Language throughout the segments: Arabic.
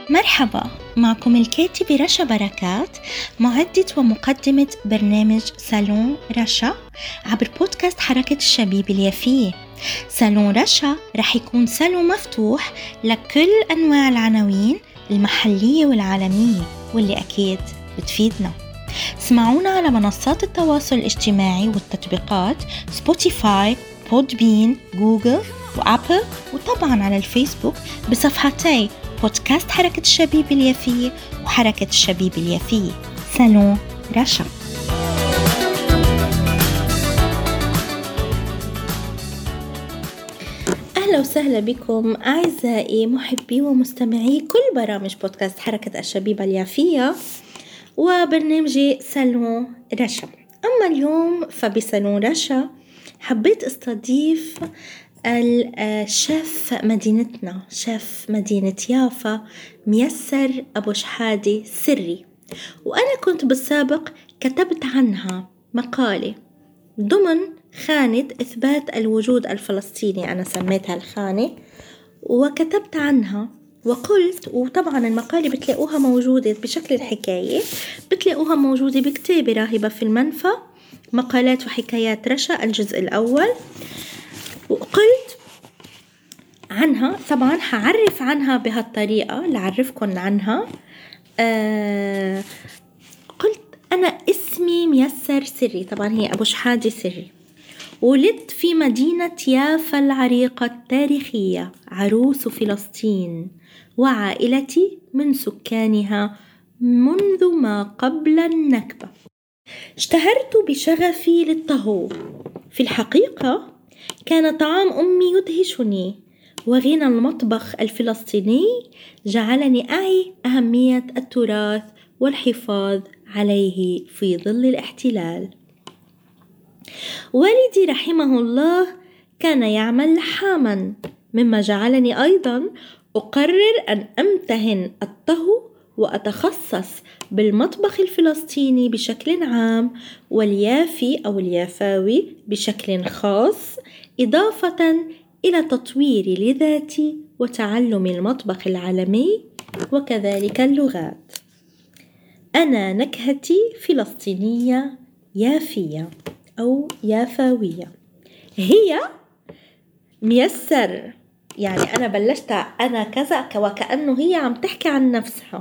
مرحبا، معكم الكاتبة رشا بركات، معدة ومقدمة برنامج صالون رشا عبر بودكاست حركة الشبيب اليافية. صالون رشا رح يكون صالون مفتوح لكل أنواع العناوين المحلية والعالمية واللي أكيد بتفيدنا. اسمعونا على منصات التواصل الاجتماعي والتطبيقات سبوتيفاي، بودبين، جوجل وأبل، وطبعا على الفيسبوك بصفحتي بودكاست حركة الشبيب اليافية وحركة الشبيب اليافية. صالون رشا. أهلا وسهلا بكم أعزائي محبي ومستمعي كل برامج بودكاست حركة الشبيب اليافية وبرنامجي صالون رشا. أما اليوم فبصالون رشا حبيت استضيف الشيف مدينتنا، شيف مدينة يافا، ميسر أبو شحادة سري. وأنا كنت بالسابق كتبت عنها مقالة ضمن خانة إثبات الوجود الفلسطيني، أنا سميتها الخانة، وكتبت عنها وقلت، وطبعا المقالة بتلاقوها موجودة بشكل الحكاية، بتلاقوها موجودة بكتابة راهبة في المنفى، مقالات وحكايات رشا الجزء الأول. وقلت عنها، طبعا هعرف عنها بهالطريقة لعرفكم عنها. قلت أنا اسمي ميسر سري، طبعا هي أبو شحادة سري. ولدت في مدينة يافا العريقة التاريخية، عروس فلسطين، وعائلتي من سكانها منذ ما قبل النكبة. اشتهرت بشغفي للطهو. في الحقيقة كان طعام أمي يدهشني، وغنى المطبخ الفلسطيني جعلني أعي أهمية التراث والحفاظ عليه في ظل الاحتلال. والدي رحمه الله كان يعمل لحاما، مما جعلني أيضا أقرر أن أمتهن الطهو وأتخصص بالمطبخ الفلسطيني بشكل عام، واليافي أو اليافاوي بشكل خاص، إضافة إلى تطويري لذاتي وتعلم المطبخ العالمي وكذلك اللغات. أنا نكهتي فلسطينية يافية أو يافاوية. هي ميسر، يعني أنا بلشت أنا كذا وكأنه هي عم تحكي عن نفسها،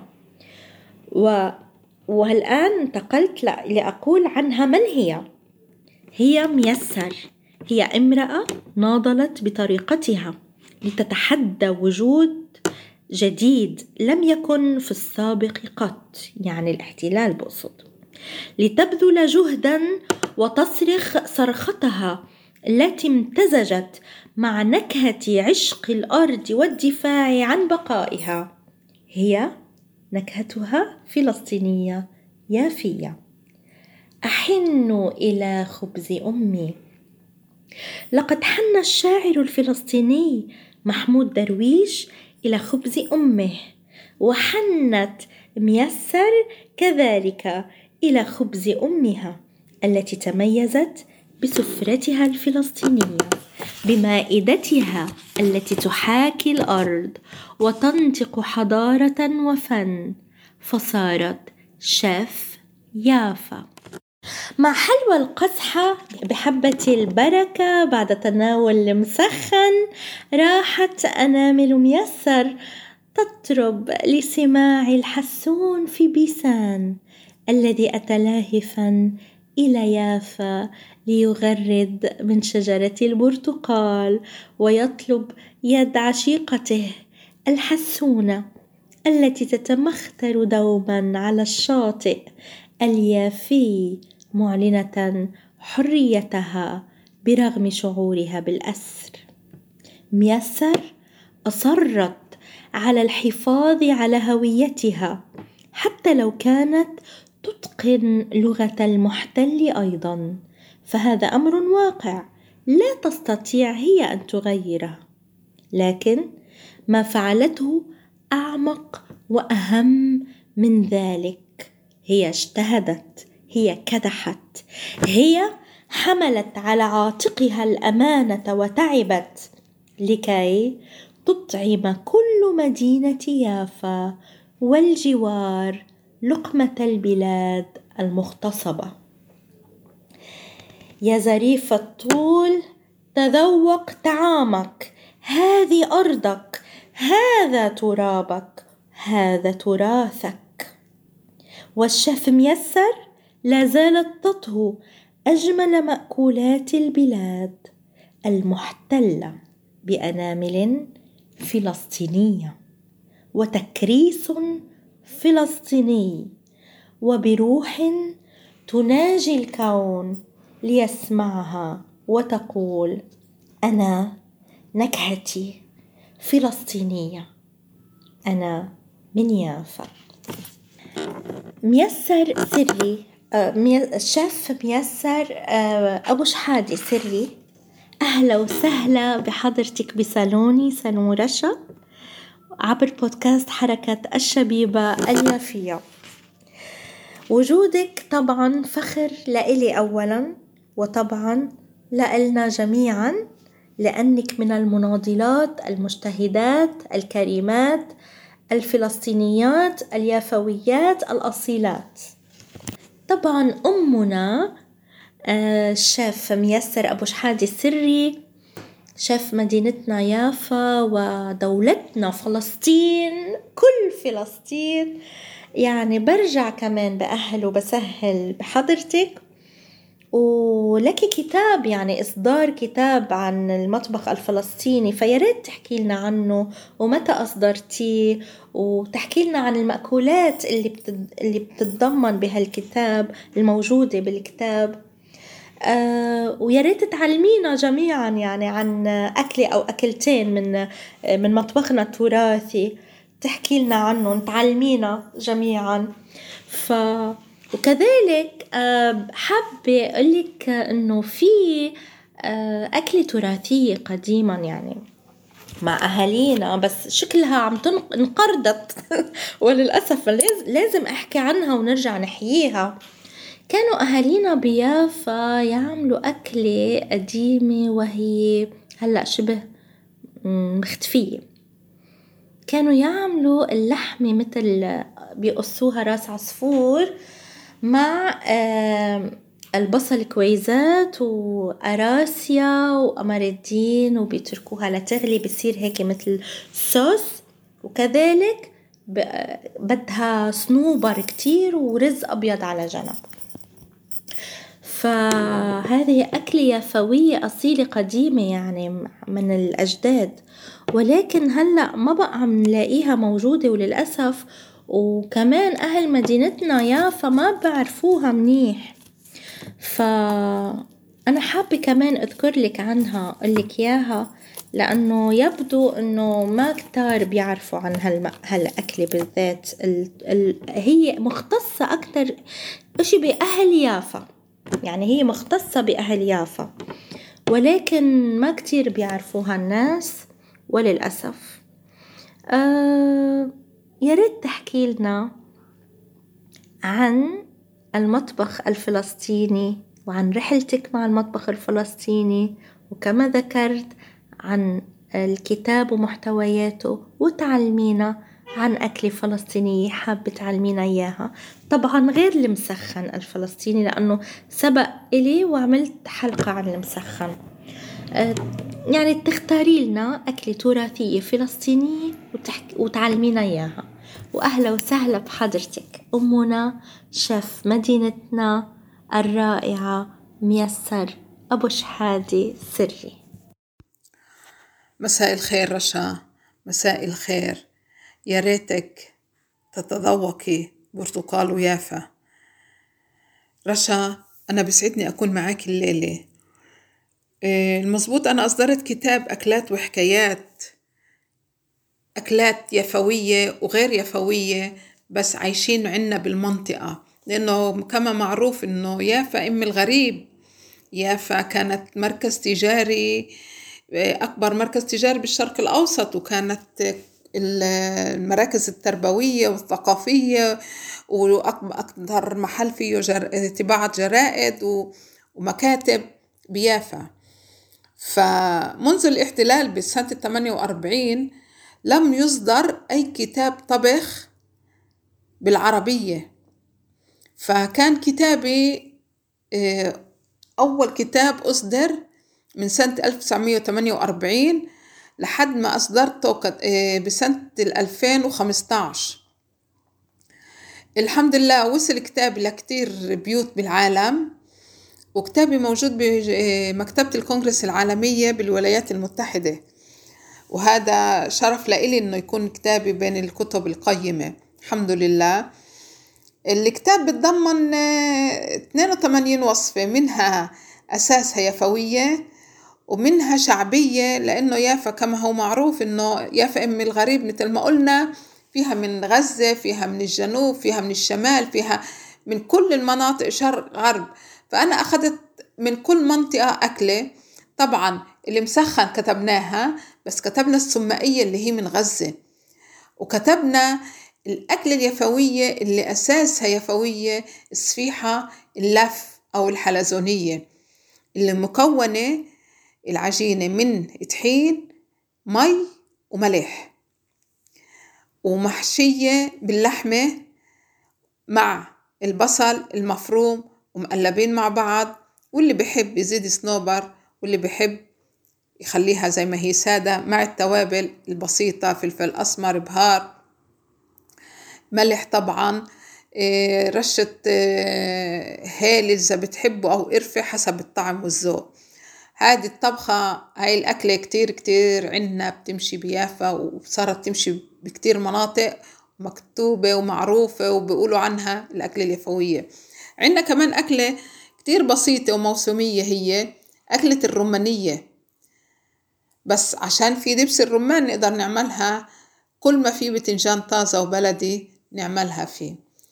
والآن انتقلت لأقول عنها من هي. هي ميسر، هي امرأة ناضلت بطريقتها لتتحدى وجود جديد لم يكن في السابق قط، يعني الاحتلال بقصد، لتبذل جهدا وتصرخ صرختها التي امتزجت مع نكهة عشق الأرض والدفاع عن بقائها. هي نكهتها فلسطينية يافية. أحن إلى خبز أمي. لقد حن الشاعر الفلسطيني محمود درويش إلى خبز أمه، وحنت ميسر كذلك إلى خبز أمها التي تميزت بسفرتها الفلسطينية، بمائدتها التي تحاكي الأرض وتنطق حضارة وفن، فصارت شيف يافا. مع حلوى القزحة بحبة البركة بعد تناول مسخن، راحت أنامل ميسر تطرب لسماع الحسون في بيسان الذي أتى لاهفا إلى يافا ليغرد من شجرة البرتقال ويطلب يد عشيقته الحسونة التي تتمخطر دوما على الشاطئ اليافي، معلنة حريتها برغم شعورها بالأسر. ميسر أصرت على الحفاظ على هويتها حتى لو كانت تتقن لغة المحتل أيضا، فهذا أمر واقع لا تستطيع هي أن تغيره. لكن ما فعلته أعمق وأهم من ذلك. هي اجتهدت، هي كدحت، هي حملت على عاتقها الأمانة وتعبت لكي تطعم كل مدينة يافا والجوار لقمة البلاد المغتصبة. يا ظريف الطول تذوق طعامك، هذه أرضك، هذا ترابك، هذا تراثك. والشيف ميسر لا زالت تطهو أجمل مأكولات البلاد المحتلة بأنامل فلسطينية وتكريس فلسطيني وبروح تناجي الكون ليسمعها وتقول: أنا نكهتي فلسطينية، أنا من يافا. ميسر سري، الشيف ميسر أبو شحادة سري، أهلا وسهلا بحضرتك بصالوني صالون رشا عبر بودكاست حركة الشبيبة اليافية. وجودك طبعا فخر لإلي أولا، وطبعا لإلنا جميعا، لأنك من المناضلات المجتهدات الكريمات الفلسطينيات اليافويات الأصيلات. طبعا أمنا الشيف ميسر أبو شحادة السري، شيف مدينتنا يافا ودولتنا فلسطين، كل فلسطين. يعني برجع كمان بأهل وبسهل بحضرتك، ولك كتاب، يعني إصدار كتاب عن المطبخ الفلسطيني، فياريت تحكي لنا عنه ومتى أصدرتيه، وتحكي لنا عن المأكولات اللي بتتضمن بهالكتاب الموجودة بالكتاب. وياريت تعلمينا جميعا يعني عن أكلة أو أكلتين من مطبخنا التراثي، تحكي لنا عنه، تعلمينا جميعا. وكذلك حابة أقولك أنه في أكلة تراثية قديما يعني مع أهالينا، بس شكلها عم انقرضت وللأسف لازم أحكي عنها ونرجع نحييها. كانوا أهالينا بيافا يعملوا أكلة قديمة وهي هلأ شبه مختفية. كانوا يعملوا اللحمة مثل بيقصوها راس عصفور مع البصل كويزات وأراسيا وقمر الدين، وبيتركوها لتغلي بيصير هيك مثل صوص، وكذلك بدها صنوبر كتير ورز أبيض على جنب. فهذه أكلة يافوية أصيلة قديمة يعني من الأجداد، ولكن هلأ ما بقى عم نلاقيها موجودة وللأسف. وكمان أهل مدينتنا يافا ما بعرفوها منيح، فأنا حابة كمان أذكر لك عنها، أقول لك إياها، لأنه يبدو أنه ما كتار بيعرفوا عن هالأكلة بالذات. هي مختصة أكتر إشي بأهل يافا، يعني هي مختصة بأهل يافا، ولكن ما كتير بيعرفوها الناس وللأسف. ياريت تحكي لنا عن المطبخ الفلسطيني وعن رحلتك مع المطبخ الفلسطيني، وكما ذكرت عن الكتاب ومحتوياته، وتعلمينا عن أكلة فلسطينية حابة تعلمينا إياها. طبعا غير المسخن الفلسطيني، لأنه سبق إلي وعملت حلقة عن المسخن. يعني تختاري لنا أكلة تراثية فلسطينية وتعلمينا إياها. وأهلا وسهلا بحضرتك أمنا شيف مدينتنا الرائعة ميسر أبو شحادة سري. مساء الخير رشا، مساء الخير. يا ريتك تتذوقي برتقال ويافا. رشا، أنا بسعدني أكون معاك الليلة. المظبوط أنا أصدرت كتاب أكلات وحكايات، أكلات يافوية وغير يافوية بس عايشين عنا بالمنطقة، لأنه كما معروف أنه يافا أم الغريب. يافا كانت مركز تجاري، أكبر مركز تجاري بالشرق الأوسط، وكانت المراكز التربوية والثقافية، وأكثر محل فيه طباعة جرائد ومكاتب بيافا. فمنذ الاحتلال بسنة 48 لم يصدر أي كتاب طبخ بالعربية. فكان كتابي أول كتاب أصدر من سنة 1948 لحد ما أصدرته بسنة 2015. الحمد لله وصل كتابي لكتير بيوت بالعالم، وكتابي موجود بمكتبة الكونغرس العالمية بالولايات المتحدة، وهذا شرف لإلي إنه يكون كتابي بين الكتب القيمة الحمد لله. الكتاب بتضمن 82 وصفة، منها أساسها يافوية ومنها شعبية، لأنه يافا كما هو معروف إنه يافا أم الغريب مثل ما قلنا، فيها من غزة، فيها من الجنوب، فيها من الشمال، فيها من كل المناطق شرق غرب. فأنا أخذت من كل منطقة أكلة. طبعا اللي مسخن كتبناها، بس كتبنا السمائية اللي هي من غزة، وكتبنا الأكل اليفوية اللي أساسها يفوية، الصفيحة اللف أو الحلزونية، اللي مكونة العجينة من طحين مي وملح، ومحشية باللحمة مع البصل المفروم ومقلبين مع بعض. واللي بيحب يزيد صنوبر، واللي بيحب يخليها زي ما هي سادة مع التوابل البسيطة، فلفل أسمر، بهار، ملح طبعا، رشة هيل إذا بتحبوا أو قرفة حسب الطعم والذوق. هذه الطبخة، هاي الأكلة كتير كتير عنا بتمشي بيافا، وصارت تمشي بكتير مناطق، مكتوبة ومعروفة وبيقولوا عنها الأكلة اليفوية. عنا كمان أكلة كتير بسيطة وموسمية، هي أكلة الرمانية، بس عشان في دبس الرمان نقدر نعملها كل ما في بتنجان طازة وبلدي نعملها فيه.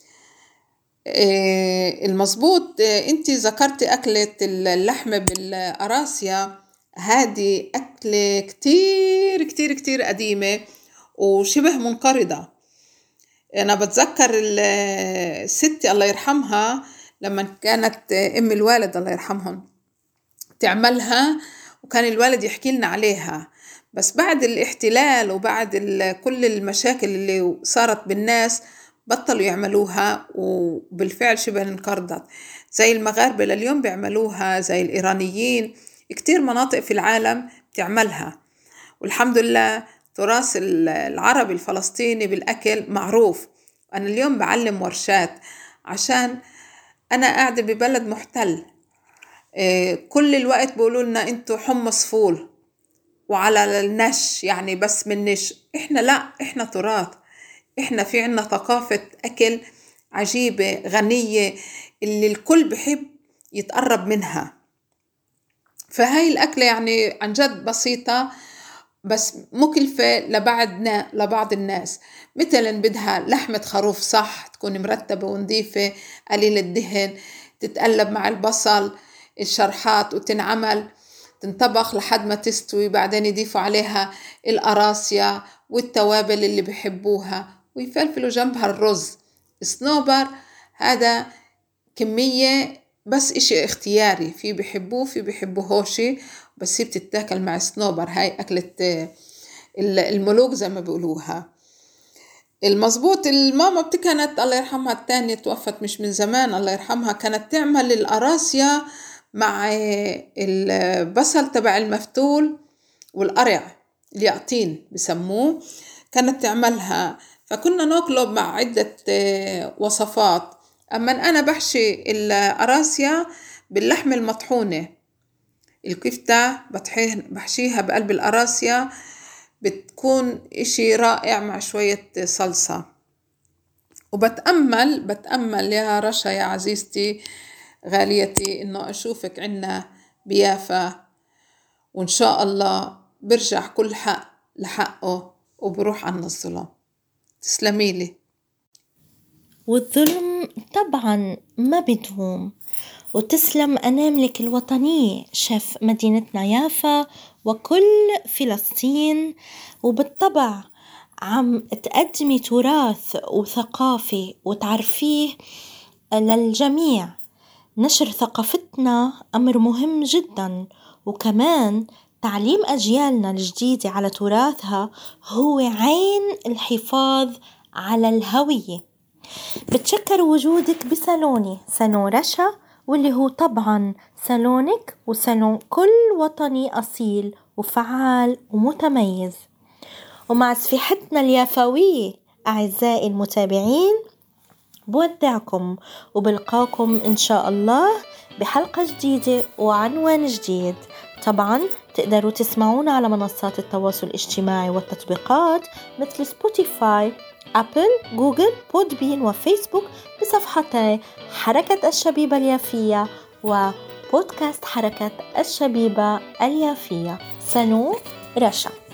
المظبوط، انتي ذكرتي أكلة اللحمة بالقراصية، هذه أكلة كتير كتير كتير قديمة وشبه منقرضة. أنا بتذكر ستي الله يرحمها لما كانت أم الوالد الله يرحمهم تعملها، وكان الوالد يحكي لنا عليها، بس بعد الاحتلال وبعد كل المشاكل اللي صارت بالناس بطلوا يعملوها، وبالفعل شبه انقرضت. زي المغاربة لليوم بيعملوها، زي الإيرانيين، كتير مناطق في العالم تعملها. والحمد لله تراث العربي الفلسطيني بالأكل معروف. أنا اليوم بعلم ورشات عشان أنا قاعدة ببلد محتل، كل الوقت بيقولوا لنا انتوا حمص فول وعلى النش، يعني بس من نش. احنا لا، احنا تراث، احنا في عنا ثقافة أكل عجيبة غنية اللي الكل بحب يتقرب منها. فهاي الأكلة يعني عن جد بسيطة بس مكلفة لبعض الناس. مثلا بدها لحمة خروف صح، تكون مرتبة ونظيفة قليل الدهن، تتقلب مع البصل الشرحات وتنعمل تنطبخ لحد ما تستوي، بعدين يضيفوا عليها القراصية والتوابل اللي بيحبوها، ويفلفلوا جنبها الرز. الصنوبر هذا كمية بس إشي اختياري، في بيحبوه في بيحبوهوشي، بس هي بتتاكل مع الصنوبر. هاي أكلة الملوك زي ما بيقولوها. المظبوط، الماما كانت الله يرحمها التانية توفت مش من زمان الله يرحمها، كانت تعمل القراصية مع البصل تبع المفتول والقرع اليقطين بسموه، كانت تعملها، فكنا ناكله مع عدة وصفات. أما أنا بحشي القراصية باللحمة المطحونة، الكفتة بحشيها بقلب القراصية، بتكون إشي رائع مع شوية صلصة. وبتأمل يا رشا يا عزيزتي غاليتي إنه أشوفك عنا بيافا، وإن شاء الله برجع كل حق لحقه وبروح عنا الظلم. تسلميلي. والظلم طبعا ما بدوم، وتسلم أناملك الوطنية شيف مدينتنا يافا وكل فلسطين. وبالطبع عم تقدمي تراث وثقافة وتعرفيه للجميع. نشر ثقافتنا أمر مهم جدا، وكمان تعليم أجيالنا الجديدة على تراثها هو عين الحفاظ على الهوية. بتشكر وجودك بصالوني صالون رشا، واللي هو طبعا صالونك وصالون كل وطني أصيل وفعال ومتميز. ومع صفيحتنا اليافوية أعزائي المتابعين بودعكم وبلقاكم إن شاء الله بحلقة جديدة وعنوان جديد. طبعا تقدروا تسمعونا على منصات التواصل الاجتماعي والتطبيقات مثل سبوتيفاي، أبل، جوجل، بودبين وفيسبوك بصفحتي حركة الشبيبة اليافية وبودكاست حركة الشبيبة اليافية. صالون رشا.